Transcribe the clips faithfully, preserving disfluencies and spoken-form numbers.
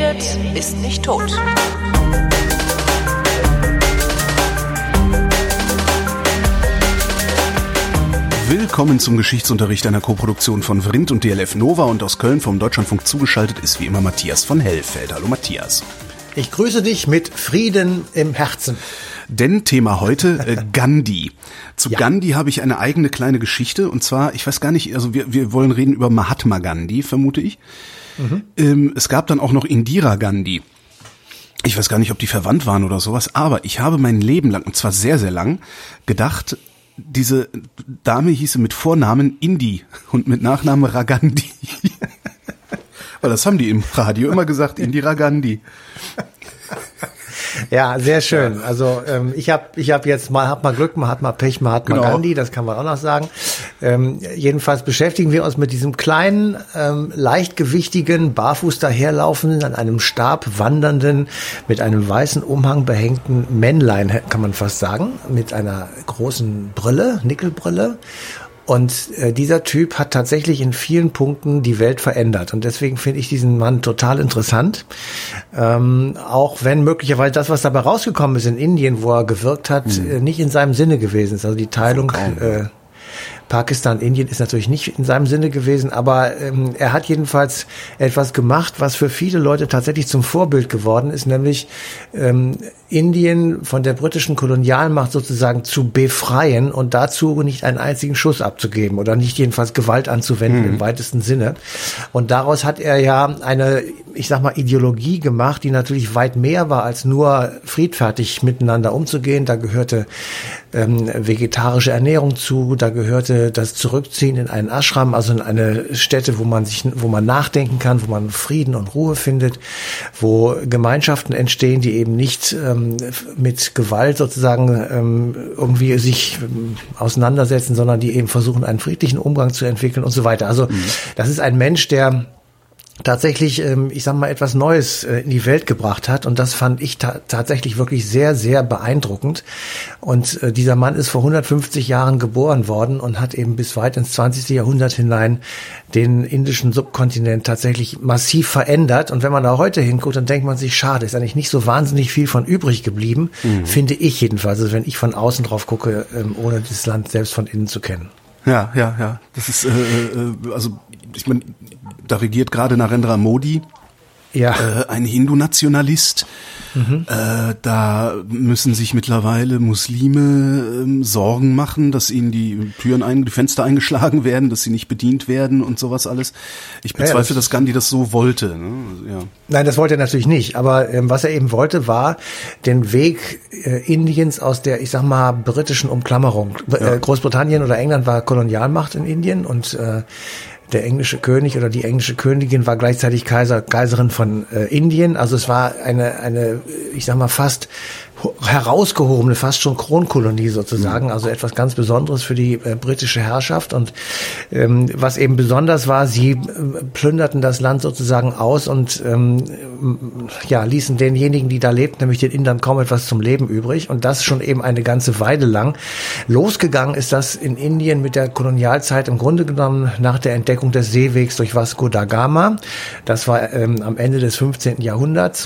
redet, ist nicht tot. Willkommen zum Geschichtsunterricht einer Koproduktion von Vrindt und D L F Nova, und aus Köln vom Deutschlandfunk zugeschaltet ist wie immer Matthias von Hellfeld. Hallo Matthias. Ich grüße dich mit Frieden im Herzen. Denn Thema heute, äh, Gandhi. Zu Ja. Gandhi habe ich eine eigene kleine Geschichte, und zwar, ich weiß gar nicht, also wir, wir wollen reden über Mahatma Gandhi, vermute ich. Mhm. Ähm, es gab dann auch noch Indira Gandhi. Ich weiß gar nicht, ob die verwandt waren oder sowas, aber ich habe mein Leben lang, und zwar sehr, sehr lang, gedacht, diese Dame hieße mit Vornamen Indi und mit Nachnamen Ragandi. Weil das haben die im Radio immer gesagt, Indira Gandhi. Ja, sehr schön. Also ähm, ich habe ich hab jetzt mal, hab mal Glück, mal hat mal Pech, mal hat mal Genau. Gandhi, das kann man auch noch sagen. Ähm, jedenfalls beschäftigen wir uns mit diesem kleinen, ähm, leichtgewichtigen, barfuß daherlaufenden, an einem Stab wandernden, mit einem weißen Umhang behängten Männlein, kann man fast sagen, mit einer großen Brille, Nickelbrille. Und äh, dieser Typ hat tatsächlich in vielen Punkten die Welt verändert. Und deswegen finde ich diesen Mann total interessant. Ähm, auch wenn möglicherweise das, was dabei rausgekommen ist in Indien, wo er gewirkt hat, mhm. äh, nicht in seinem Sinne gewesen ist. Also die Teilung äh, Pakistan, Indien ist natürlich nicht in seinem Sinne gewesen, aber ähm, er hat jedenfalls etwas gemacht, was für viele Leute tatsächlich zum Vorbild geworden ist, nämlich ähm, Indien von der britischen Kolonialmacht sozusagen zu befreien und dazu nicht einen einzigen Schuss abzugeben oder nicht jedenfalls Gewalt anzuwenden mhm. im weitesten Sinne. Und daraus hat er ja eine, ich sag mal, Ideologie gemacht, die natürlich weit mehr war, als nur friedfertig miteinander umzugehen. Da gehörte ähm, vegetarische Ernährung zu, da gehörte das Zurückziehen in einen Ashram, also in eine Stätte, wo man sich, wo man nachdenken kann, wo man Frieden und Ruhe findet, wo Gemeinschaften entstehen, die eben nicht ähm, mit Gewalt sozusagen ähm, irgendwie sich ähm, auseinandersetzen, sondern die eben versuchen, einen friedlichen Umgang zu entwickeln und so weiter. Also mhm. das ist ein Mensch, der tatsächlich, ich sag mal, etwas Neues in die Welt gebracht hat, und das fand ich ta- tatsächlich wirklich sehr, sehr beeindruckend. Und äh, dieser Mann ist vor hundertfünfzig Jahren geboren worden und hat eben bis weit ins zwanzigste Jahrhundert hinein den indischen Subkontinent tatsächlich massiv verändert. Und wenn man da heute hinguckt, dann denkt man sich, schade, ist eigentlich nicht so wahnsinnig viel von übrig geblieben, mhm. finde ich jedenfalls, also wenn ich von außen drauf gucke, ähm, ohne das Land selbst von innen zu kennen. Ja, ja, ja. Das ist, äh, äh, also ich meine, da regiert gerade Narendra Modi, ja. äh, ein Hindu-Nationalist. Mhm. Äh, da müssen sich mittlerweile Muslime ähm, Sorgen machen, dass ihnen die Türen, ein, die Fenster eingeschlagen werden, dass sie nicht bedient werden und sowas alles. Ich bezweifle, ja, das dass Gandhi das so wollte. Ne? Also, ja. Nein, das wollte er natürlich nicht. Aber ähm, was er eben wollte, war den Weg äh, Indiens aus der, ich sag mal, britischen Umklammerung. Ja. Äh, Großbritannien oder England war Kolonialmacht in Indien, und äh, der englische König oder die englische Königin war gleichzeitig Kaiser, Kaiserin von äh, Indien. Also es war eine, eine, ich sag mal, fast herausgehobene, fast schon Kronkolonie sozusagen, also etwas ganz Besonderes für die äh, britische Herrschaft. Und ähm, was eben besonders war, sie äh, plünderten das Land sozusagen aus und ähm, ja, ließen denjenigen, die da lebten, nämlich den Indern, kaum etwas zum Leben übrig, und das schon eben eine ganze Weile lang. Losgegangen ist das in Indien mit der Kolonialzeit im Grunde genommen nach der Entdeckung des Seewegs durch Vasco da Gama. Das war ähm, am Ende des fünfzehnten Jahrhunderts.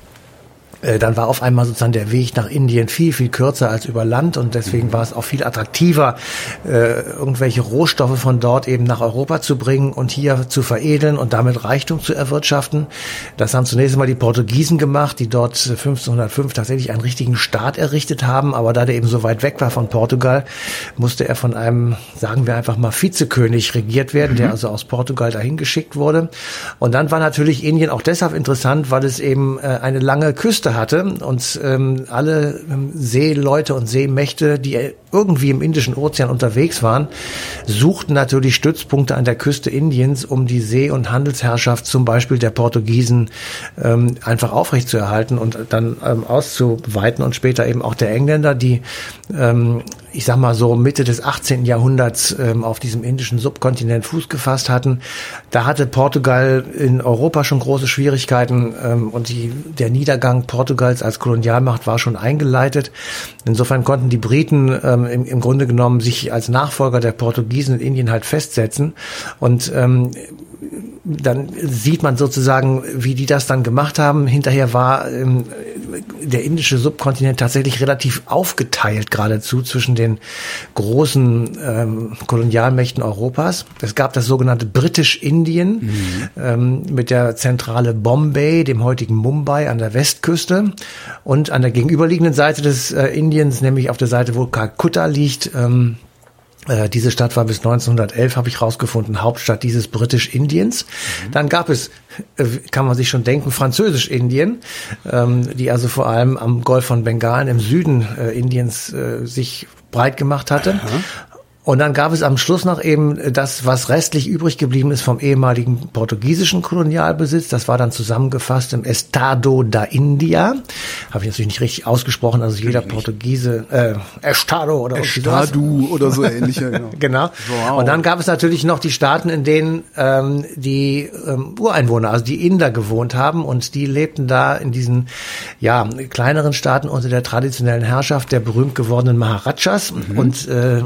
Dann war auf einmal sozusagen der Weg nach Indien viel, viel kürzer als über Land, und deswegen war es auch viel attraktiver, äh, irgendwelche Rohstoffe von dort eben nach Europa zu bringen und hier zu veredeln und damit Reichtum zu erwirtschaften. Das haben zunächst einmal die Portugiesen gemacht, die dort fünfzehnhundertfünf tatsächlich einen richtigen Staat errichtet haben, aber da der eben so weit weg war von Portugal, musste er von einem, sagen wir einfach mal, Vizekönig regiert werden, mhm. der also aus Portugal dahin geschickt wurde. Und dann war natürlich Indien auch deshalb interessant, weil es eben äh, eine lange Küste hatte, und ähm, alle ähm, Seeleute und Seemächte, die irgendwie im Indischen Ozean unterwegs waren, suchten natürlich Stützpunkte an der Küste Indiens, um die See- und Handelsherrschaft zum Beispiel der Portugiesen ähm, einfach aufrechtzuerhalten und dann ähm, auszuweiten, und später eben auch der Engländer, die ähm, ich sag mal so Mitte des achtzehnten Jahrhunderts ähm, auf diesem indischen Subkontinent Fuß gefasst hatten. Da hatte Portugal in Europa schon große Schwierigkeiten, ähm, und die, der Niedergang Portugals Portugals als Kolonialmacht war schon eingeleitet. Insofern konnten die Briten ähm, im, im Grunde genommen sich als Nachfolger der Portugiesen in Indien halt festsetzen. Und ähm, dann sieht man sozusagen, wie die das dann gemacht haben. Hinterher war ähm, der indische Subkontinent tatsächlich relativ aufgeteilt geradezu zwischen den großen ähm, Kolonialmächten Europas. Es gab das sogenannte Britisch-Indien mhm. ähm, mit der Zentrale Bombay, dem heutigen Mumbai an der Westküste, und an der gegenüberliegenden Seite des äh, Indiens, nämlich auf der Seite, wo Kalkutta liegt, ähm, diese Stadt war bis neunzehnhundertelf, habe ich rausgefunden, Hauptstadt dieses Britisch-Indiens. Mhm. Dann gab es, kann man sich schon denken, Französisch-Indien, die also vor allem am Golf von Bengalen im Süden Indiens sich breit gemacht hatte. Aha. Und dann gab es am Schluss noch eben das, was restlich übrig geblieben ist vom ehemaligen portugiesischen Kolonialbesitz. Das war dann zusammengefasst im Estado da India. Habe ich natürlich nicht richtig ausgesprochen. Also jeder Portugiese, äh, Estado oder Estado oder so ähnlich. Genau. Genau. Wow. Und dann gab es natürlich noch die Staaten, in denen ähm, die ähm, Ureinwohner, also die Inder, gewohnt haben. Und die lebten da in diesen ja kleineren Staaten unter der traditionellen Herrschaft der berühmt gewordenen Maharajas. Mhm. Und äh,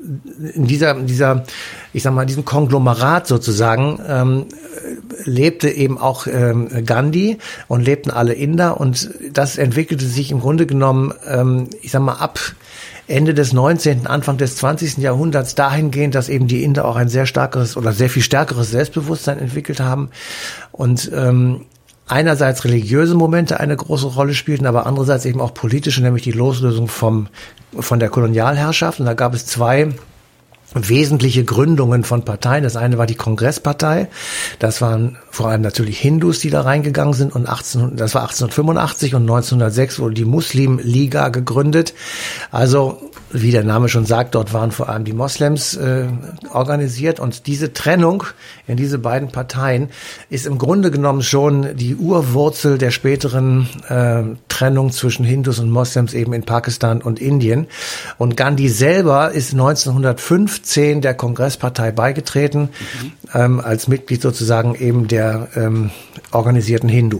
in dieser, dieser, ich sag mal, diesem Konglomerat sozusagen ähm, lebte eben auch ähm, Gandhi und lebten alle Inder, und das entwickelte sich im Grunde genommen, ähm, ich sag mal, ab Ende des neunzehnten, Anfang des zwanzigsten Jahrhunderts dahingehend, dass eben die Inder auch ein sehr starkeres oder sehr viel stärkeres Selbstbewusstsein entwickelt haben und ähm, einerseits religiöse Momente eine große Rolle spielten, aber andererseits eben auch politische, nämlich die Loslösung vom, von der Kolonialherrschaft. Und da gab es zwei wesentliche Gründungen von Parteien. Das eine war die Kongresspartei. Das waren vor allem natürlich Hindus, die da reingegangen sind. Und achtzehn, das war achtzehnhundertfünfundachtzig, und neunzehnhundertsechs wurde die Muslim-Liga gegründet. Also, wie der Name schon sagt, dort waren vor allem die Moslems äh, organisiert. Und diese Trennung in diese beiden Parteien ist im Grunde genommen schon die Urwurzel der späteren äh, Trennung zwischen Hindus und Moslems eben in Pakistan und Indien. Und Gandhi selber ist neunzehnhundertfünfzehn der Kongresspartei beigetreten, mhm. ähm, als Mitglied sozusagen eben der ähm, organisierten Hindu.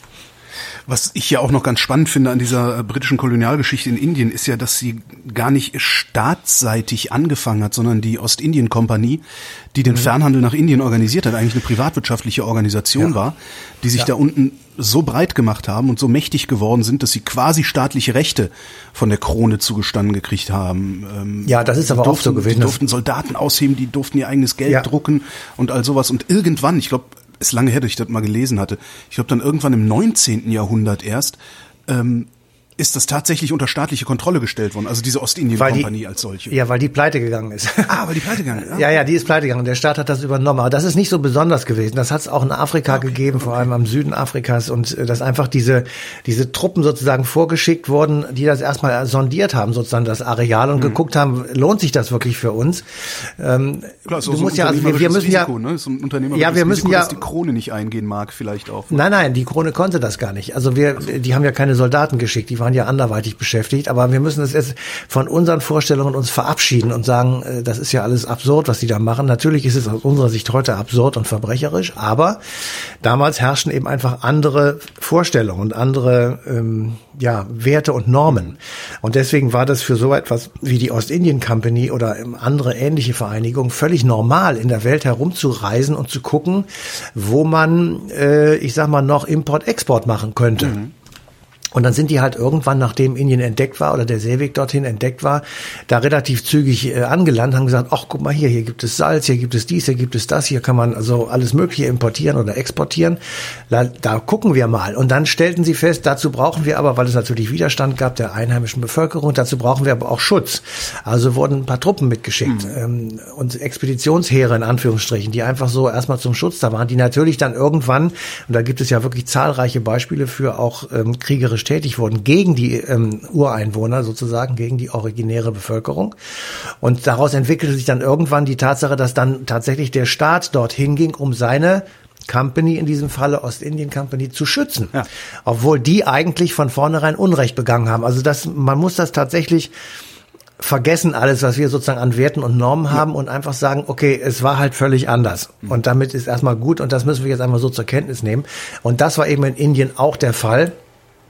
Was ich ja auch noch ganz spannend finde an dieser britischen Kolonialgeschichte in Indien, ist ja, dass sie gar nicht staatsseitig angefangen hat, sondern die Ostindien-Kompanie, die den mhm. Fernhandel nach Indien organisiert hat, eigentlich eine privatwirtschaftliche Organisation ja. war, die sich ja. da unten so breit gemacht haben und so mächtig geworden sind, dass sie quasi staatliche Rechte von der Krone zugestanden gekriegt haben. Ja, das ist aber durften, auch so gewesen. Die durften Soldaten ausheben, die durften ihr eigenes Geld ja. drucken und all sowas. Und irgendwann, ich glaube, ist lange her, dass ich das mal gelesen hatte. Ich glaube, dann irgendwann im neunzehnten Jahrhundert erst ähm, ist das tatsächlich unter staatliche Kontrolle gestellt worden, also diese Ostindien-Kompanie als solche. Ja, weil die pleite gegangen ist. Ah, weil die pleite gegangen ist. Ja, ja, ja, die ist pleite gegangen. Der Staat hat das übernommen. Aber das ist nicht so besonders gewesen. Das hat es auch in Afrika okay, gegeben, okay. vor allem am Süden Afrikas. Und äh, dass einfach diese diese Truppen sozusagen vorgeschickt wurden, die das erstmal sondiert haben, sozusagen das Areal, und mhm. geguckt haben, lohnt sich das wirklich für uns? Ähm, Klar, so du so musst ja, also wir, wir müssen Risiko, ja, ne? So ein Unternehmer ja, wir müssen Risiko, ja, dass die Krone nicht eingehen mag, vielleicht auch. Nein, nein, die Krone konnte das gar nicht. Also wir, also. die haben ja keine Soldaten geschickt, die waren ja anderweitig beschäftigt, aber wir müssen es jetzt von unseren Vorstellungen uns verabschieden und sagen, das ist ja alles absurd, was die da machen. Natürlich ist es aus unserer Sicht heute absurd und verbrecherisch, aber damals herrschten eben einfach andere Vorstellungen und andere ähm, ja, Werte und Normen. Und deswegen war das für so etwas wie die Ostindien Company oder andere ähnliche Vereinigungen völlig normal, in der Welt herumzureisen und zu gucken, wo man, äh, ich sag mal, noch Import-Export machen könnte. Mhm. Und dann sind die halt irgendwann, nachdem Indien entdeckt war oder der Seeweg dorthin entdeckt war, da relativ zügig äh, angelandet, haben gesagt, ach, guck mal hier, hier gibt es Salz, hier gibt es dies, hier gibt es das, hier kann man also alles Mögliche importieren oder exportieren. Da, da gucken wir mal. Und dann stellten sie fest, dazu brauchen wir aber, weil es natürlich Widerstand gab der einheimischen Bevölkerung, dazu brauchen wir aber auch Schutz. Also wurden ein paar Truppen mitgeschickt mhm. ähm, und Expeditionsheere in Anführungsstrichen, die einfach so erstmal zum Schutz da waren, die natürlich dann irgendwann, und da gibt es ja wirklich zahlreiche Beispiele für, auch ähm, kriegerisch tätig wurden gegen die ähm, Ureinwohner sozusagen, gegen die originäre Bevölkerung. Und daraus entwickelte sich dann irgendwann die Tatsache, dass dann tatsächlich der Staat dorthin ging, um seine Company, in diesem Falle Ostindien Company, zu schützen. Ja. Obwohl die eigentlich von vornherein Unrecht begangen haben. Also das, man muss das tatsächlich vergessen, alles, was wir sozusagen an Werten und Normen haben, ja. und einfach sagen, okay, es war halt völlig anders. Mhm. Und damit ist erstmal gut, und das müssen wir jetzt einmal so zur Kenntnis nehmen. Und das war eben in Indien auch der Fall.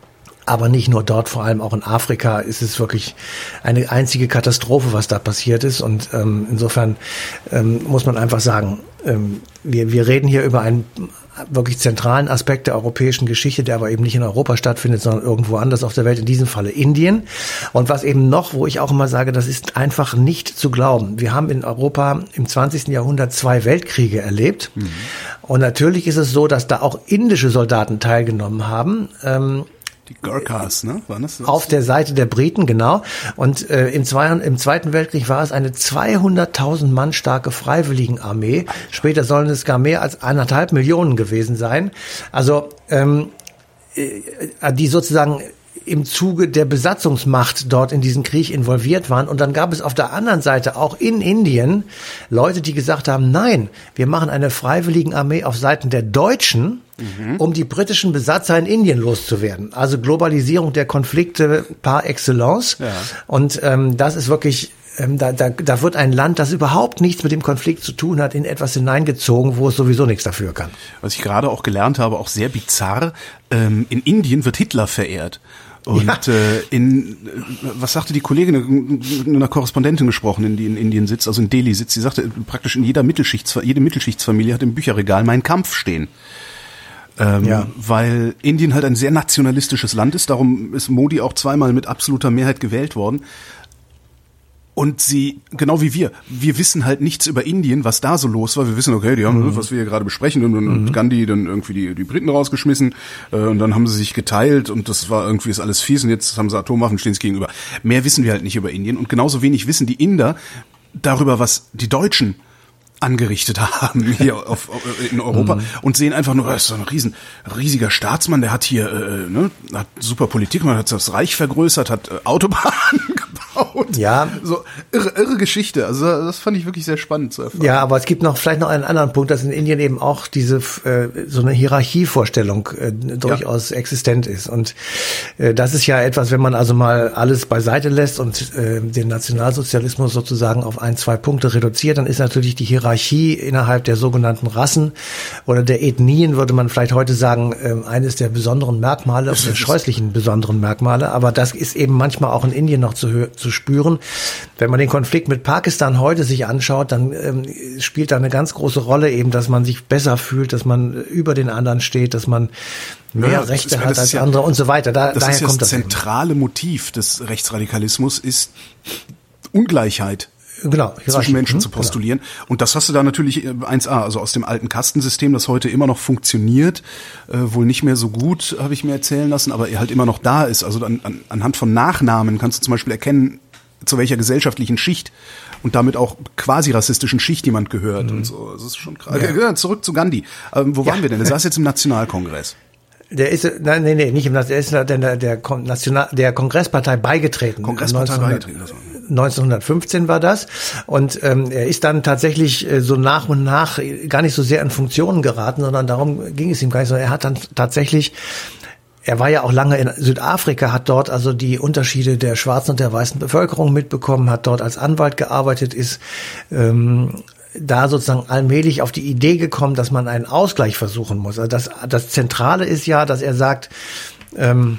Aber nicht nur dort, vor allem auch in Afrika ist es wirklich eine einzige Katastrophe, was da passiert ist. Und ähm, insofern ähm, muss man einfach sagen, ähm, wir, wir reden hier über einen wirklich zentralen Aspekt der europäischen Geschichte, der aber eben nicht in Europa stattfindet, sondern irgendwo anders auf der Welt, in diesem Falle Indien. Und was eben noch, wo ich auch immer sage, das ist einfach nicht zu glauben. Wir haben in Europa im zwanzigsten Jahrhundert zwei Weltkriege erlebt. Mhm. Und natürlich ist es so, dass da auch indische Soldaten teilgenommen haben. Ähm, Die Gurkhas, ne? Waren das das? Auf der Seite der Briten, genau. Und äh, im, Zwei, im Zweiten Weltkrieg war es eine zweihunderttausend Mann starke Freiwilligenarmee. Später sollen es gar mehr als eineinhalb Millionen gewesen sein. Also ähm, äh, die sozusagen im Zuge der Besatzungsmacht dort in diesen Krieg involviert waren. Und dann gab es auf der anderen Seite auch in Indien Leute, die gesagt haben, nein, wir machen eine Freiwilligenarmee auf Seiten der Deutschen, mhm. um die britischen Besatzer in Indien loszuwerden. Also Globalisierung der Konflikte par excellence. Ja. Und ähm, das ist wirklich... Da, da, da wird ein Land, das überhaupt nichts mit dem Konflikt zu tun hat, in etwas hineingezogen, wo es sowieso nichts dafür kann. Was ich gerade auch gelernt habe, auch sehr bizarr, ähm, in Indien wird Hitler verehrt. Und ja. äh, in, was sagte die Kollegin, mit einer Korrespondentin gesprochen, in die in Indien sitzt, also in Delhi sitzt, sie sagte, praktisch in jeder Mittelschichts, jede Mittelschichtsfamilie hat im Bücherregal Mein Kampf stehen. Ähm, ja. Weil Indien halt ein sehr nationalistisches Land ist, darum ist Modi auch zweimal mit absoluter Mehrheit gewählt worden. Und sie, genau wie wir, wir wissen halt nichts über Indien, was da so los war. Wir wissen, okay, die haben, mhm. was wir hier gerade besprechen, und, und mhm. Gandhi dann irgendwie die, die Briten rausgeschmissen, äh, und dann haben sie sich geteilt und das war irgendwie, ist alles fies und jetzt haben sie Atomwaffen, stehen es gegenüber. Mehr wissen wir halt nicht über Indien und genauso wenig wissen die Inder darüber, was die Deutschen angerichtet haben hier auf, in Europa, mhm. und sehen einfach nur, das ist so ein riesen, riesiger Staatsmann, der hat hier, äh, ne, hat super Politik, man hat das Reich vergrößert, hat äh, Autobahnen gebaut. Ja. So irre, irre Geschichte. Also das fand ich wirklich sehr spannend zu erfahren. Ja, aber es gibt noch vielleicht noch einen anderen Punkt, dass in Indien eben auch diese äh, so eine Hierarchievorstellung äh, durchaus ja. existent ist. Und äh, das ist ja etwas, wenn man also mal alles beiseite lässt und äh, den Nationalsozialismus sozusagen auf ein, zwei Punkte reduziert, dann ist natürlich die Hierarchie Hierarchie innerhalb der sogenannten Rassen oder der Ethnien, würde man vielleicht heute sagen, eines der besonderen Merkmale, der scheußlichen besonderen Merkmale. Aber das ist eben manchmal auch in Indien noch zu, zu spüren. Wenn man den Konflikt mit Pakistan heute sich anschaut, dann ähm, spielt da eine ganz große Rolle eben, dass man sich besser fühlt, dass man über den anderen steht, dass man mehr ja, Rechte ist, hat als ja, andere und so weiter. Da, das daher ist ja kommt das das zentrale eben. Motiv des Rechtsradikalismus ist Ungleichheit. Genau, zwischen Menschen zu postulieren. Genau. Und das hast du da natürlich eins a, also aus dem alten Kastensystem, das heute immer noch funktioniert, äh, wohl nicht mehr so gut, habe ich mir erzählen lassen, aber halt immer noch da ist. Also an, an, anhand von Nachnamen kannst du zum Beispiel erkennen, zu welcher gesellschaftlichen Schicht und damit auch quasi rassistischen Schicht jemand gehört. Mhm. Und so. Das ist schon krass. Ja. Zurück zu Gandhi. Ähm, wo ja. waren wir denn? Der saß jetzt im Nationalkongress. Der ist, nein, nee, nee, nicht im National, der ist der, der, der, National, der Kongresspartei beigetreten. Kongresspartei beigetreten. neunzehnhundertfünfzehn war das. Und ähm, er ist dann tatsächlich äh, so nach und nach gar nicht so sehr in Funktionen geraten, sondern darum ging es ihm gar nicht, sondern er hat dann tatsächlich, er war ja auch lange in Südafrika, hat dort also die Unterschiede der schwarzen und der weißen Bevölkerung mitbekommen, hat dort als Anwalt gearbeitet, ist ähm, da sozusagen allmählich auf die Idee gekommen, dass man einen Ausgleich versuchen muss. Also das, das Zentrale ist ja, dass er sagt, ähm,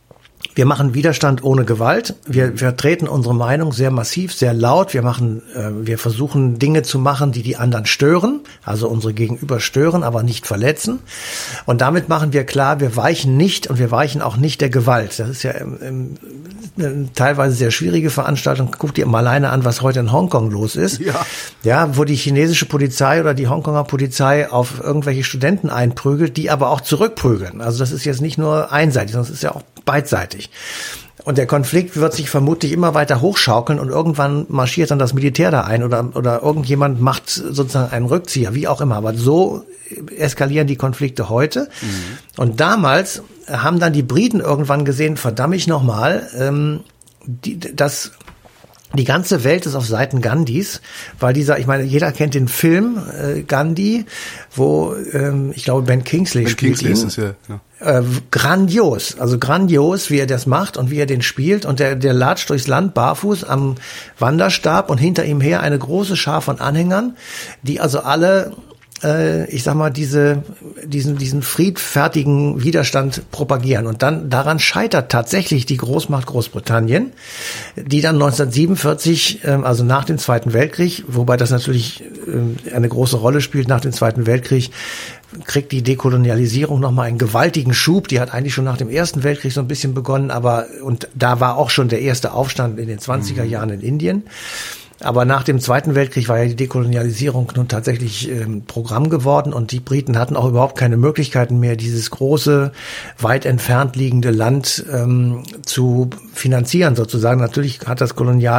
wir machen Widerstand ohne Gewalt. Wir vertreten unsere Meinung sehr massiv, sehr laut. Wir machen, äh, wir versuchen Dinge zu machen, die die anderen stören, also unsere Gegenüber stören, aber nicht verletzen. Und damit machen wir klar, wir weichen nicht und wir weichen auch nicht der Gewalt. Das ist ja im, im, eine teilweise sehr schwierige Veranstaltung. Guck dir mal alleine an, was heute in Hongkong los ist. Ja. Ja, wo die chinesische Polizei oder die Hongkonger Polizei auf irgendwelche Studenten einprügelt, die aber auch zurückprügeln. Also das ist jetzt nicht nur einseitig, sondern es ist ja auch beidseitig. Und der Konflikt wird sich vermutlich immer weiter hochschaukeln und irgendwann marschiert dann das Militär da ein oder, oder irgendjemand macht sozusagen einen Rückzieher, wie auch immer. Aber so eskalieren die Konflikte heute. Mhm. Und damals haben dann die Briten irgendwann gesehen, verdammt ich nochmal, ähm, die, das... Die ganze Welt ist auf Seiten Gandhis, weil dieser, ich meine, jeder kennt den Film äh, Gandhi, wo ähm, ich glaube Ben Kingsley Ben spielt Kingsley ihn. Ist es, ja, ja. Äh, grandios, also grandios, wie er das macht und wie er den spielt und der der latscht durchs Land barfuß am Wanderstab und hinter ihm her eine große Schar von Anhängern, die also alle äh, ich sag mal, diese, diesen, diesen friedfertigen Widerstand propagieren. Und dann, daran scheitert tatsächlich die Großmacht Großbritannien, die dann neunzehnhundertsiebenundvierzig, äh, also nach dem Zweiten Weltkrieg, wobei das natürlich äh, eine große Rolle spielt nach dem Zweiten Weltkrieg, kriegt die Dekolonialisierung nochmal einen gewaltigen Schub. Die hat eigentlich schon nach dem Ersten Weltkrieg so ein bisschen begonnen, aber, und da war auch schon der erste Aufstand in den zwanziger Jahren in Indien. Aber nach dem Zweiten Weltkrieg war ja die Dekolonialisierung nun tatsächlich ähm, Programm geworden und die Briten hatten auch überhaupt keine Möglichkeiten mehr, dieses große, weit entfernt liegende Land ähm, zu finanzieren sozusagen. Natürlich hat das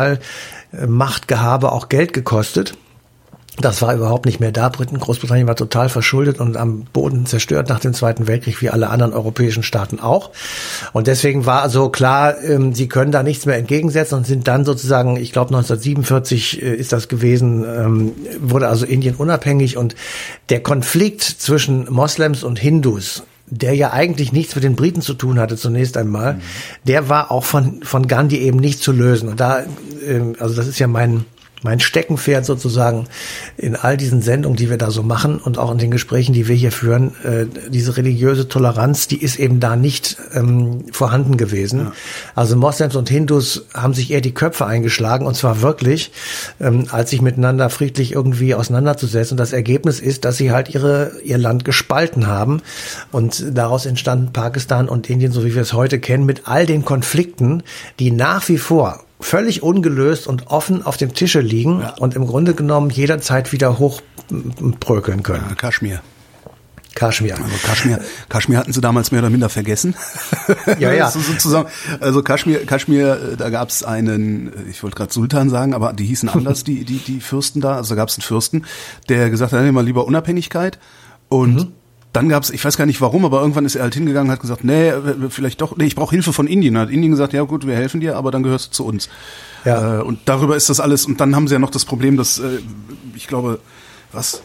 Kolonialmachtgehabe auch Geld gekostet. Das war überhaupt nicht mehr da. Briten, Großbritannien war total verschuldet und am Boden zerstört nach dem Zweiten Weltkrieg, wie alle anderen europäischen Staaten auch. Und deswegen war also klar, ähm, sie können da nichts mehr entgegensetzen und sind dann sozusagen, ich glaube neunzehnhundertsiebenundvierzig äh, ist das gewesen, ähm, wurde also Indien unabhängig und der Konflikt zwischen Moslems und Hindus, der ja eigentlich nichts mit den Briten zu tun hatte zunächst einmal, mhm. der war auch von von Gandhi eben nicht zu lösen. Und da, ähm, also das ist ja mein Mein Steckenpferd sozusagen in all diesen Sendungen, die wir da so machen und auch in den Gesprächen, die wir hier führen, äh, diese religiöse Toleranz, die ist eben da nicht ähm, vorhanden gewesen. Ja. Also Moslems und Hindus haben sich eher die Köpfe eingeschlagen und zwar wirklich, ähm, als sich miteinander friedlich irgendwie auseinanderzusetzen. Und das Ergebnis ist, dass sie halt ihre ihr Land gespalten haben und daraus entstanden Pakistan und Indien, so wie wir es heute kennen, mit all den Konflikten, die nach wie vor völlig ungelöst und offen auf dem Tische liegen ja. und im Grunde genommen jederzeit wieder hochbrökeln können. Ja, Kaschmir. Kaschmir. Also Kaschmir, Kaschmir hatten sie damals mehr oder minder vergessen. Ja, ja. so, sozusagen. Also Kaschmir, Kaschmir, da gab es einen, ich wollte gerade Sultan sagen, aber die hießen anders, die die die Fürsten da. Also da gab es einen Fürsten, der gesagt hat, nehmen wir lieber Unabhängigkeit und mhm. Dann gab's, ich weiß gar nicht warum, aber irgendwann ist er halt hingegangen und hat gesagt, nee, vielleicht doch, nee, ich brauche Hilfe von Indien. Hat Indien gesagt, ja gut, wir helfen dir, aber dann gehörst du zu uns. Ja. Und darüber ist das alles, und dann haben sie ja noch das Problem, dass, ich glaube, was,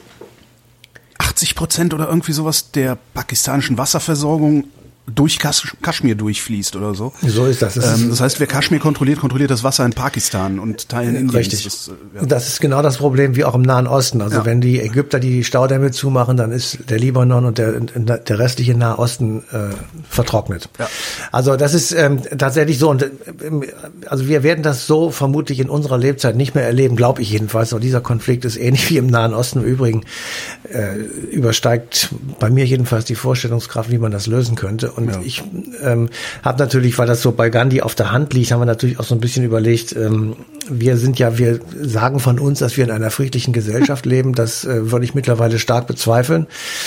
achtzig Prozent oder irgendwie sowas der pakistanischen Wasserversorgung durch Kasch- Kaschmir durchfließt oder so. So ist das. Das, ähm, das heißt, wer Kaschmir kontrolliert, kontrolliert das Wasser in Pakistan und Teilen Indiens. Richtig. Das, ja. das ist genau das Problem wie auch im Nahen Osten. Also ja. wenn die Ägypter die Staudämme zumachen, dann ist der Libanon und der, der restliche Nahe Osten äh, vertrocknet. Ja. Also das ist ähm, tatsächlich so. Und äh, also wir werden das so vermutlich in unserer Lebzeit nicht mehr erleben, glaube ich jedenfalls. Aber dieser Konflikt ist ähnlich wie im Nahen Osten im Übrigen. Äh, übersteigt bei mir jedenfalls die Vorstellungskraft, wie man das lösen könnte. Und ja. ich ähm, habe natürlich, weil das so bei Gandhi auf der Hand liegt, haben wir natürlich auch so ein bisschen überlegt, ähm, wir sind ja, wir sagen von uns, dass wir in einer friedlichen Gesellschaft leben. Das äh, würde ich mittlerweile stark bezweifeln.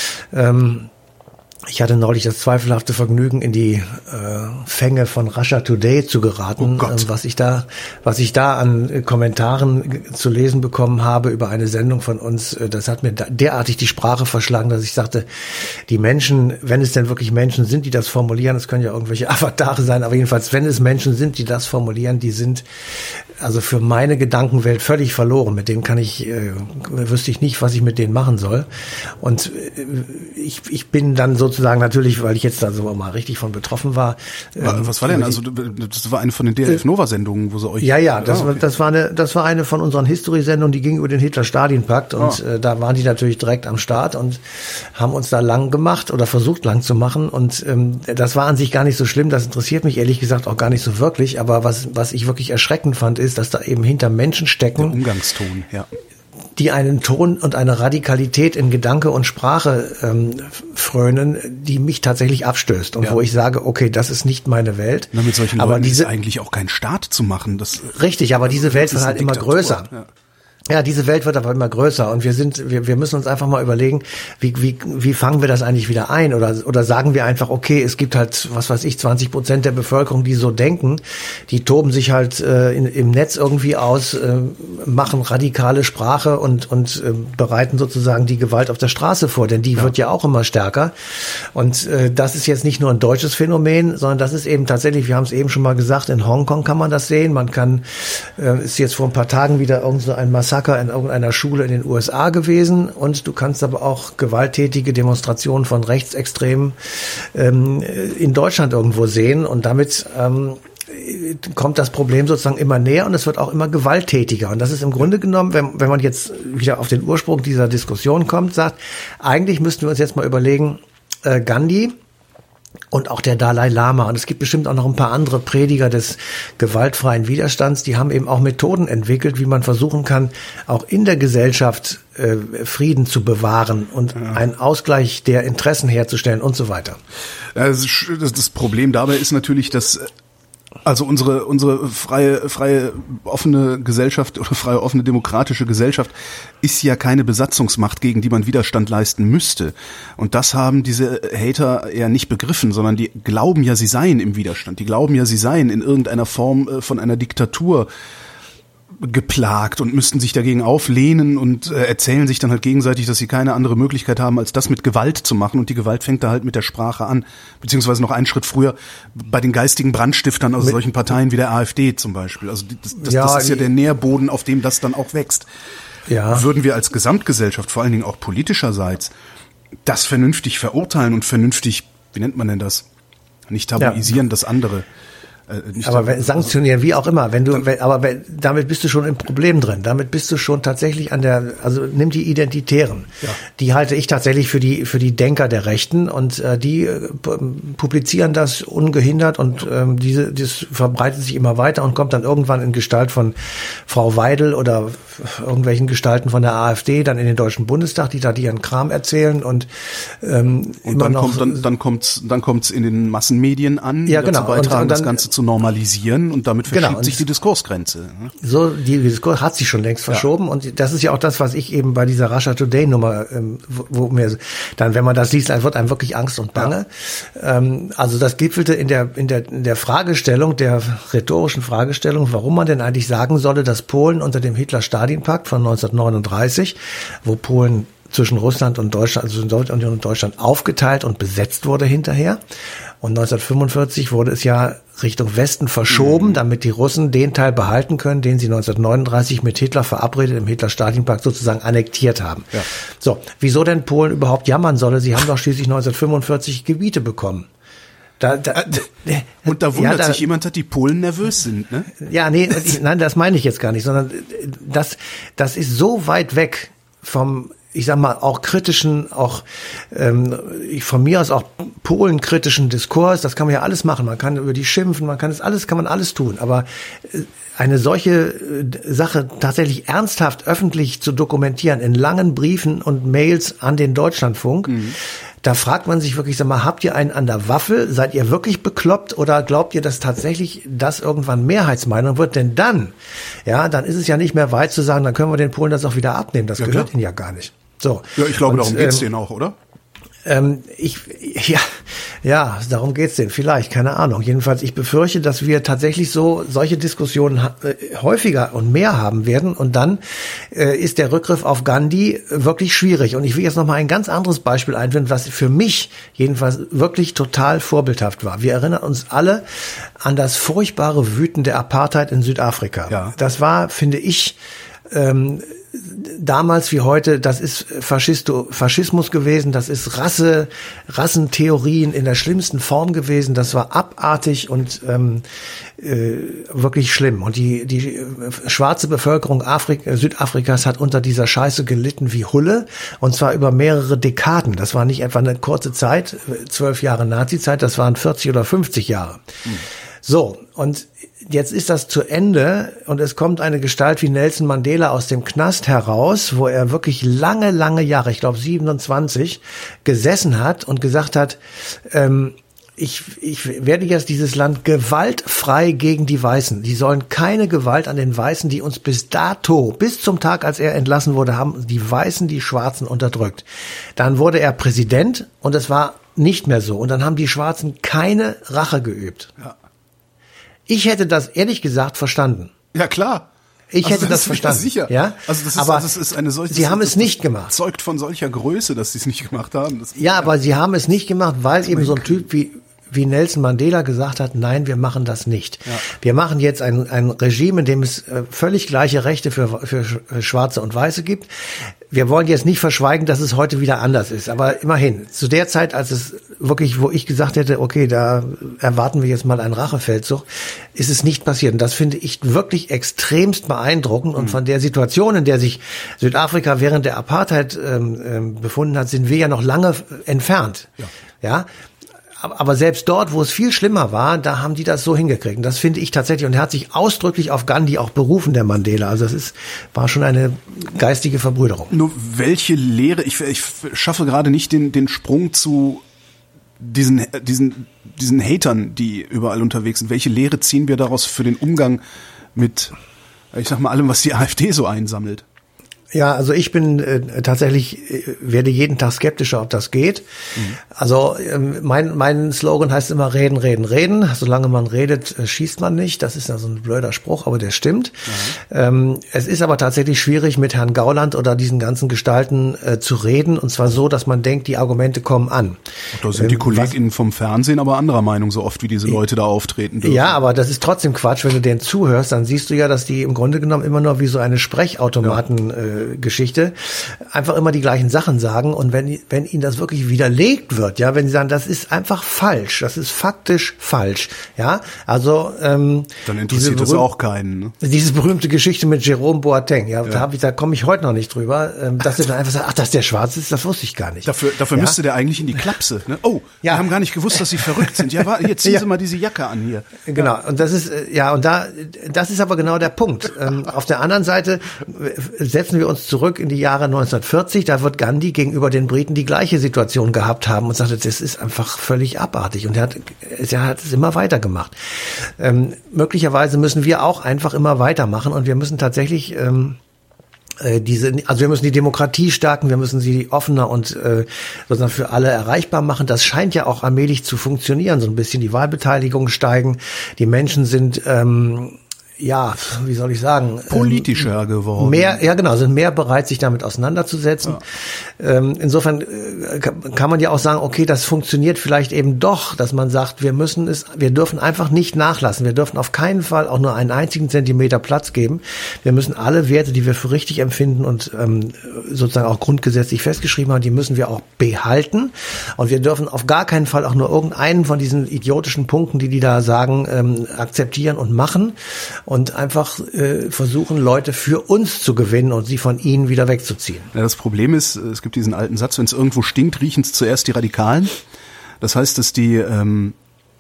Ähm, Ich hatte neulich das zweifelhafte Vergnügen, in die äh, Fänge von Russia Today zu geraten, oh äh, was ich da, was ich da an äh, Kommentaren g- zu lesen bekommen habe über eine Sendung von uns. Äh, das hat mir da derartig die Sprache verschlagen, dass ich sagte, die Menschen, wenn es denn wirklich Menschen sind, die das formulieren, es können ja irgendwelche Avatare sein, aber jedenfalls, wenn es Menschen sind, die das formulieren, die sind also für meine Gedankenwelt völlig verloren. Mit denen kann ich, äh, wüsste ich nicht, was ich mit denen machen soll. Und äh, ich, ich bin dann so sozusagen natürlich, weil ich jetzt da so mal richtig von betroffen war. Ähm, Was war denn? Also das war eine von den D L F Nova Sendungen, wo sie euch... Ja, ja, das, ah, okay. das war eine, das war eine von unseren History-Sendungen, die ging über den Hitler-Stalin-Pakt und ah. äh, da waren die natürlich direkt am Start und haben uns da lang gemacht oder versucht lang zu machen und ähm, das war an sich gar nicht so schlimm. Das interessiert mich ehrlich gesagt auch gar nicht so wirklich. Aber was was ich wirklich erschreckend fand, ist, dass da eben hinter Menschen stecken. Der Umgangston, ja. Die einen Ton und eine Radikalität in Gedanke und Sprache ähm, frönen, die mich tatsächlich abstößt und ja. wo ich sage, okay, das ist nicht meine Welt. Na, mit solchen aber Leuten diese, ist eigentlich auch kein Staat zu machen. Das, richtig, aber diese Welt wird halt immer größer. Ja. Ja, diese Welt wird aber immer größer und wir sind, wir, wir müssen uns einfach mal überlegen, wie, wie, wie fangen wir das eigentlich wieder ein oder, oder sagen wir einfach, okay, es gibt halt, was weiß ich, zwanzig Prozent der Bevölkerung, die so denken, die toben sich halt äh, in, im Netz irgendwie aus, äh, machen radikale Sprache und, und äh, bereiten sozusagen die Gewalt auf der Straße vor, denn die ja. wird ja auch immer stärker und äh, das ist jetzt nicht nur ein deutsches Phänomen, sondern das ist eben tatsächlich, wir haben es eben schon mal gesagt, in Hongkong kann man das sehen, man kann, äh, ist jetzt vor ein paar Tagen wieder irgend so ein Massaker in irgendeiner Schule in den U S A gewesen und du kannst aber auch gewalttätige Demonstrationen von Rechtsextremen ähm, in Deutschland irgendwo sehen und damit ähm, kommt das Problem sozusagen immer näher und es wird auch immer gewalttätiger. Und das ist im Grunde genommen, wenn, wenn man jetzt wieder auf den Ursprung dieser Diskussion kommt, sagt, eigentlich müssten wir uns jetzt mal überlegen, äh, Gandhi und auch der Dalai Lama, und es gibt bestimmt auch noch ein paar andere Prediger des gewaltfreien Widerstands, die haben eben auch Methoden entwickelt, wie man versuchen kann, auch in der Gesellschaft äh, Frieden zu bewahren und ja. einen Ausgleich der Interessen herzustellen und so weiter. Das, das Problem dabei ist natürlich, dass also unsere unsere freie freie offene Gesellschaft oder freie offene demokratische Gesellschaft ist ja keine Besatzungsmacht, gegen die man Widerstand leisten müsste. Und das haben diese Hater ja nicht begriffen, sondern die glauben ja, sie seien im Widerstand. Die glauben ja, sie seien in irgendeiner Form von einer Diktatur geplagt und müssten sich dagegen auflehnen und äh, erzählen sich dann halt gegenseitig, dass sie keine andere Möglichkeit haben, als das mit Gewalt zu machen. Und die Gewalt fängt da halt mit der Sprache an, beziehungsweise noch einen Schritt früher bei den geistigen Brandstiftern aus mit solchen Parteien wie der AfD zum Beispiel. Also das, das, ja, das ist ja der Nährboden, auf dem das dann auch wächst. Ja. Würden wir als Gesamtgesellschaft, vor allen Dingen auch politischerseits, das vernünftig verurteilen und vernünftig, wie nennt man denn das? Nicht tabuisieren, ja. das andere. Nicht aber wenn, sanktionieren, wie auch immer, wenn du, wenn, aber wenn, damit bist du schon im Problem drin. Damit bist du schon tatsächlich an der, also nimm die Identitären. Ja. Die halte ich tatsächlich für die, für die Denker der Rechten und äh, die äh, publizieren das ungehindert und ähm, diese, das verbreitet sich immer weiter und kommt dann irgendwann in Gestalt von Frau Weidel oder irgendwelchen Gestalten von der AfD dann in den Deutschen Bundestag, die da ihren Kram erzählen und ähm, und immer dann noch, kommt dann, dann kommt's, dann kommt's in den Massenmedien an, die ja, genau. dazu beitragen, und, und dann, das Ganze zu normalisieren und damit verschiebt genau, und sich die Diskursgrenze. So, die Diskurs hat sich schon längst verschoben ja. und das ist ja auch das, was ich eben bei dieser Russia Today Nummer, ähm, wo, wo mir dann, wenn man das liest, dann wird einem wirklich Angst und Bange. Ja. Ähm, also das gipfelte in der, in der, in der Fragestellung, der rhetorischen Fragestellung, warum man denn eigentlich sagen solle, dass Polen unter dem Hitler-Stalin-Pakt von neunzehnhundertneununddreißig, wo Polen zwischen Russland und Deutschland, also Sowjetunion und Deutschland aufgeteilt und besetzt wurde hinterher. Und neunzehnhundertfünfundvierzig wurde es ja Richtung Westen verschoben, mhm. damit die Russen den Teil behalten können, den sie neunzehnhundertneununddreißig mit Hitler verabredet im Hitler-Stalin-Pakt sozusagen annektiert haben. Ja. So, wieso denn Polen überhaupt jammern solle? Sie haben doch schließlich neunzehnhundertfünfundvierzig Gebiete bekommen. Da, da, und da wundert ja, da, sich jemand, dass die Polen nervös sind, ne? Ja, nee, nein, das meine ich jetzt gar nicht, sondern das, das ist so weit weg vom, ich sag mal, auch kritischen, auch ähm, von mir aus auch polenkritischen Diskurs, das kann man ja alles machen, man kann über die schimpfen, man kann das alles, kann man alles tun, aber eine solche Sache tatsächlich ernsthaft öffentlich zu dokumentieren in langen Briefen und Mails an den Deutschlandfunk, mhm. da fragt man sich wirklich, sag mal, habt ihr einen an der Waffel? Seid ihr wirklich bekloppt oder glaubt ihr, dass tatsächlich das irgendwann Mehrheitsmeinung wird? Denn dann, ja, dann ist es ja nicht mehr weit zu sagen, dann können wir den Polen das auch wieder abnehmen. Das ja, gehört klar. ihnen ja gar nicht. So. Ja, ich glaube, und, darum geht's ähm, denen auch, oder? Ähm, ich, ja, ja, darum geht's denen. Vielleicht, keine Ahnung. Jedenfalls, ich befürchte, dass wir tatsächlich so solche Diskussionen äh, häufiger und mehr haben werden. Und dann äh, ist der Rückgriff auf Gandhi wirklich schwierig. Und ich will jetzt noch mal ein ganz anderes Beispiel einführen, was für mich jedenfalls wirklich total vorbildhaft war. Wir erinnern uns alle an das furchtbare Wüten der Apartheid in Südafrika. Ja. Das war, finde ich, ähm, damals wie heute, das ist Faschisto, Faschismus gewesen, das ist Rasse, Rassentheorien in der schlimmsten Form gewesen, das war abartig und ähm, äh, wirklich schlimm. Und die die schwarze Bevölkerung Afrika, Südafrikas hat unter dieser Scheiße gelitten wie Hulle, und zwar über mehrere Dekaden. Das war nicht etwa eine kurze Zeit, zwölf Jahre Nazizeit, das waren vierzig oder fünfzig Jahre. Mhm. So, und jetzt ist das zu Ende und es kommt eine Gestalt wie Nelson Mandela aus dem Knast heraus, wo er wirklich lange, lange Jahre, ich glaube siebenundzwanzig, gesessen hat und gesagt hat, ähm, ich, ich werde jetzt dieses Land gewaltfrei gegen die Weißen. Die sollen keine Gewalt an den Weißen, die uns bis dato, bis zum Tag, als er entlassen wurde, haben die Weißen die Schwarzen unterdrückt. Dann wurde er Präsident und es war nicht mehr so. Und dann haben die Schwarzen keine Rache geübt. Ja. Ich hätte das ehrlich gesagt verstanden. Ja, klar. Ich also hätte das, das verstanden. Sicher. Ja? Also das ist, aber also das ist eine solche, sie haben das, es nicht gemacht. Zeugt von solcher Größe, dass sie es nicht gemacht haben. Das, ja, ja, aber sie haben es nicht gemacht, weil eben so ein Typ wie wie Nelson Mandela gesagt hat, nein, wir machen das nicht. Ja. Wir machen jetzt ein, ein Regime, in dem es völlig gleiche Rechte für, für Schwarze und Weiße gibt. wir wollen jetzt nicht verschweigen, dass es heute wieder anders ist, aber immerhin, zu der Zeit, als es wirklich, wo ich gesagt hätte, okay, da erwarten wir jetzt mal einen Rachefeldzug, ist es nicht passiert. Und das finde ich wirklich extremst beeindruckend. Und von der Situation, in der sich Südafrika während der Apartheid ähm, ähm, befunden hat, sind wir ja noch lange entfernt. Ja. ja? Aber selbst dort, wo es viel schlimmer war, da haben die das so hingekriegt. Und das finde ich tatsächlich. Und er hat sich ausdrücklich auf Gandhi auch berufen, der Mandela. Also das ist, war schon eine geistige Verbrüderung. Nur welche Lehre, ich, ich schaffe gerade nicht den, den Sprung zu diesen, diesen, diesen Hatern, die überall unterwegs sind. Welche Lehre ziehen wir daraus für den Umgang mit, ich sag mal, allem, was die AfD so einsammelt? Ja, also ich bin äh, tatsächlich, äh, werde jeden Tag skeptischer, ob das geht. Mhm. Also ähm, mein mein Slogan heißt immer reden, reden, reden. Solange man redet, äh, schießt man nicht. Das ist ja so ein blöder Spruch, aber der stimmt. Mhm. Ähm, es ist aber tatsächlich schwierig, mit Herrn Gauland oder diesen ganzen Gestalten äh, zu reden. Und zwar so, dass man denkt, die Argumente kommen an. Da sind ähm, die KollegInnen vom Fernsehen aber anderer Meinung, so oft wie diese Leute da auftreten dürfen. Ja, aber das ist trotzdem Quatsch. Wenn du denen zuhörst, dann siehst du ja, dass die im Grunde genommen immer nur wie so eine Sprechautomaten ja. äh, Geschichte einfach immer die gleichen Sachen sagen und wenn wenn ihnen das wirklich widerlegt wird, ja, wenn sie sagen, das ist einfach falsch, das ist faktisch falsch, ja, also ähm, dann interessiert das auch keinen. Ne? Diese berühmte Geschichte mit Jerome Boateng, ja, ja. da habe ich, da komme ich heute noch nicht drüber, ähm, dass sie dann einfach sagen, ach, dass der Schwarz ist, das wusste ich gar nicht. Dafür dafür ja. müsste der eigentlich in die Klapse. Ne? Oh, ja. wir haben gar nicht gewusst, dass sie verrückt sind. Ja, warte, jetzt ziehen ja. Sie mal diese Jacke an hier. Genau, und das ist ja und da das ist aber genau der Punkt. ähm, auf der anderen Seite setzen wir uns zurück in die Jahre neunzehnhundertvierzig, da wird Gandhi gegenüber den Briten die gleiche Situation gehabt haben und sagte, das ist einfach völlig abartig und er hat, er hat es immer weitergemacht. Ähm, möglicherweise müssen wir auch einfach immer weitermachen und wir müssen tatsächlich ähm, äh, diese, also wir müssen die Demokratie stärken, wir müssen sie offener und äh, sozusagen für alle erreichbar machen. Das scheint ja auch allmählich zu funktionieren, so ein bisschen die Wahlbeteiligung steigen, die Menschen sind ähm, ja, wie soll ich sagen? Politischer geworden. Mehr, ja genau, sind mehr bereit, sich damit auseinanderzusetzen. Ja. Ähm, insofern äh, kann man ja auch sagen, okay, das funktioniert vielleicht eben doch, dass man sagt, wir müssen es, wir dürfen einfach nicht nachlassen. Wir dürfen auf keinen Fall auch nur einen einzigen Zentimeter Platz geben. Wir müssen alle Werte, die wir für richtig empfinden und ähm, sozusagen auch grundgesetzlich festgeschrieben haben, die müssen wir auch behalten. Und wir dürfen auf gar keinen Fall auch nur irgendeinen von diesen idiotischen Punkten, die die da sagen, ähm, akzeptieren und machen. Und einfach äh, versuchen, Leute für uns zu gewinnen und sie von ihnen wieder wegzuziehen. Ja, das Problem ist, es gibt diesen alten Satz, wenn es irgendwo stinkt, riechen es zuerst die Radikalen. Das heißt, dass die ähm,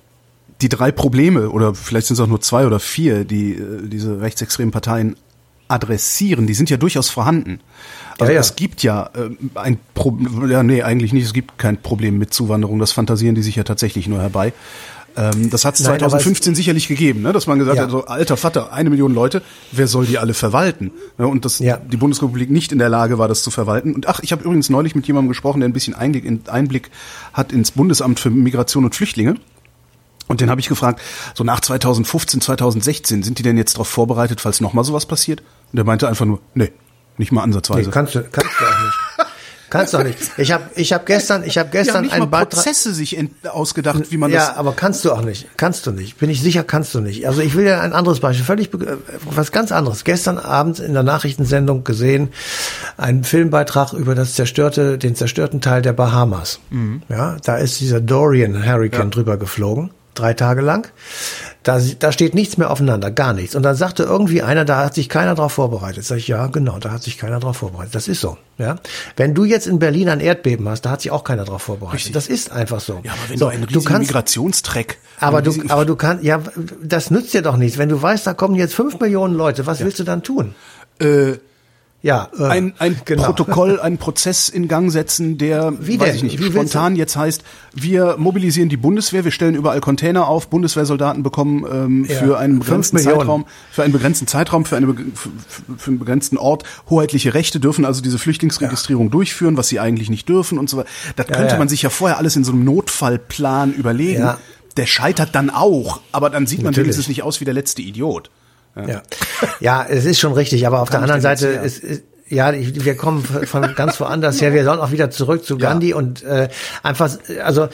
die drei Probleme, oder vielleicht sind es auch nur zwei oder vier, die äh, diese rechtsextremen Parteien adressieren, die sind ja durchaus vorhanden. Also ja, ja. Es gibt ja äh, ein Problem, ja nee, eigentlich nicht, es gibt kein Problem mit Zuwanderung, das fantasieren die sich ja tatsächlich nur herbei. Ähm, das hat es zweitausendfünfzehn sicherlich gegeben, ne? Dass man gesagt ja. hat, so, alter Vater, eine Million Leute, wer soll die alle verwalten? Ja, und dass ja. die Bundesrepublik nicht in der Lage war, das zu verwalten. Und ach, ich habe übrigens neulich mit jemandem gesprochen, der ein bisschen Einblick, in, Einblick hat ins Bundesamt für Migration und Flüchtlinge. Und den habe ich gefragt, so nach zweitausendfünfzehn, zweitausendsechzehn, sind die denn jetzt darauf vorbereitet, falls nochmal sowas passiert? Und der meinte einfach nur, nee, nicht mal ansatzweise. Nee, kannst du, kannst du auch nicht. Kannst doch nicht. Ich habe ich hab gestern, ich habe gestern ja, einen Beitrag Prozesse sich ausgedacht, wie man ja, das. Ja, aber kannst du auch nicht. Kannst du nicht. Bin ich sicher, kannst du nicht. Also ich will ja ein anderes Beispiel, völlig was ganz anderes. Gestern Abend in der Nachrichtensendung gesehen, einen Filmbeitrag über das zerstörte, den zerstörten Teil der Bahamas. Mhm. Ja, da ist dieser Dorian Hurricane ja. drüber geflogen, drei Tage lang. Da, da steht nichts mehr aufeinander, gar nichts. Und dann sagte irgendwie einer, da hat sich keiner drauf vorbereitet. Sag ich, ja, genau, da hat sich keiner drauf vorbereitet. Das ist so. Ja. Wenn du jetzt in Berlin ein Erdbeben hast, da hat sich auch keiner drauf vorbereitet. Richtig. Das ist einfach so. Ja, aber wenn so, du einen riesigen kannst, Migrationstreck. Aber du, aber du kannst, ja, das nützt dir doch nichts. Wenn du weißt, da kommen jetzt fünf Millionen Leute, was ja. willst du dann tun? Äh, Ja, äh, ein, ein genau. Protokoll, einen Prozess in Gang setzen, der, Wie weiß denn? ich nicht, Wie spontan jetzt heißt, wir mobilisieren die Bundeswehr, wir stellen überall Container auf, Bundeswehrsoldaten bekommen ähm, ja. für einen begrenzten Zeitraum, für einen begrenzten Zeitraum, für, eine, für, für einen begrenzten Ort hoheitliche Rechte, dürfen also diese Flüchtlingsregistrierung ja. durchführen, was sie eigentlich nicht dürfen und so weiter. Das ja, könnte ja. man sich ja vorher alles in so einem Notfallplan überlegen. Ja. Der scheitert dann auch, aber dann sieht man wenigstens nicht aus wie der letzte Idiot. Ja, ja. ja es ist schon richtig, aber auf Kann der anderen Seite ist, ist ja, wir kommen von ganz woanders her. Wir sollen auch wieder zurück zu Gandhi ja. und äh, einfach, also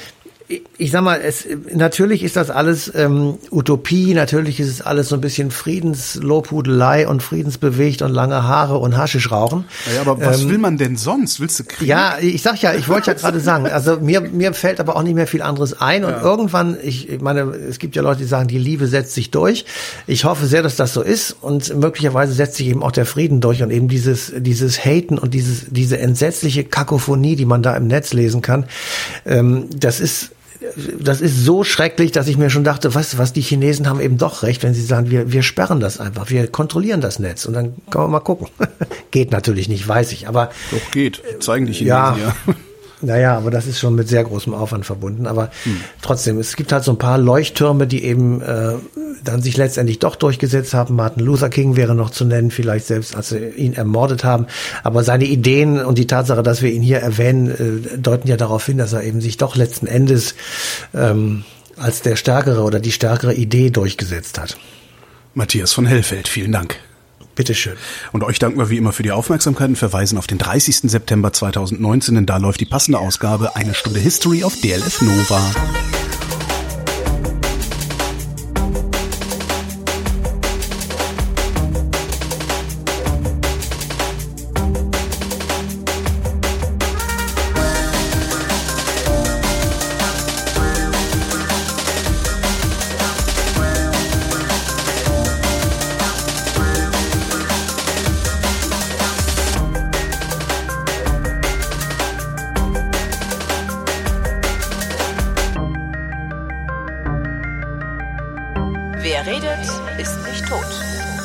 ich, ich sag mal, es, natürlich ist das alles ähm, Utopie, natürlich ist es alles so ein bisschen Friedenslobhudelei und friedensbewegt und lange Haare und Haschisch rauchen. Ja, aber was ähm, will man denn sonst? Willst du Krieg? Ja, ich sag ja, ich wollte ja gerade sagen, also mir mir fällt aber auch nicht mehr viel anderes ein und ja. irgendwann, ich, ich meine, es gibt ja Leute, die sagen, die Liebe setzt sich durch. Ich hoffe sehr, dass das so ist und möglicherweise setzt sich eben auch der Frieden durch und eben dieses dieses Haten und dieses diese entsetzliche Kakophonie, die man da im Netz lesen kann, ähm, das ist Das ist so schrecklich, dass ich mir schon dachte, was, was die Chinesen haben eben doch recht, wenn sie sagen, wir, wir sperren das einfach, wir kontrollieren das Netz und dann kann man mal gucken. Geht natürlich nicht, weiß ich, aber. Doch geht, zeigen die Chinesen ja. ja. Naja, aber das ist schon mit sehr großem Aufwand verbunden. Aber hm. trotzdem, es gibt halt so ein paar Leuchttürme, die eben äh, dann sich letztendlich doch durchgesetzt haben. Martin Luther King wäre noch zu nennen, vielleicht selbst, als sie ihn ermordet haben. Aber seine Ideen und die Tatsache, dass wir ihn hier erwähnen, äh, deuten ja darauf hin, dass er eben sich doch letzten Endes ähm, als der stärkere oder die stärkere Idee durchgesetzt hat. Matthias von Hellfeld, vielen Dank. Bitteschön. Und euch danken wir wie immer für die Aufmerksamkeit und verweisen auf den dreißigsten September zweitausendneunzehn, denn da läuft die passende Ausgabe Eine Stunde History auf D L F Nova. Wer redet, ist nicht tot.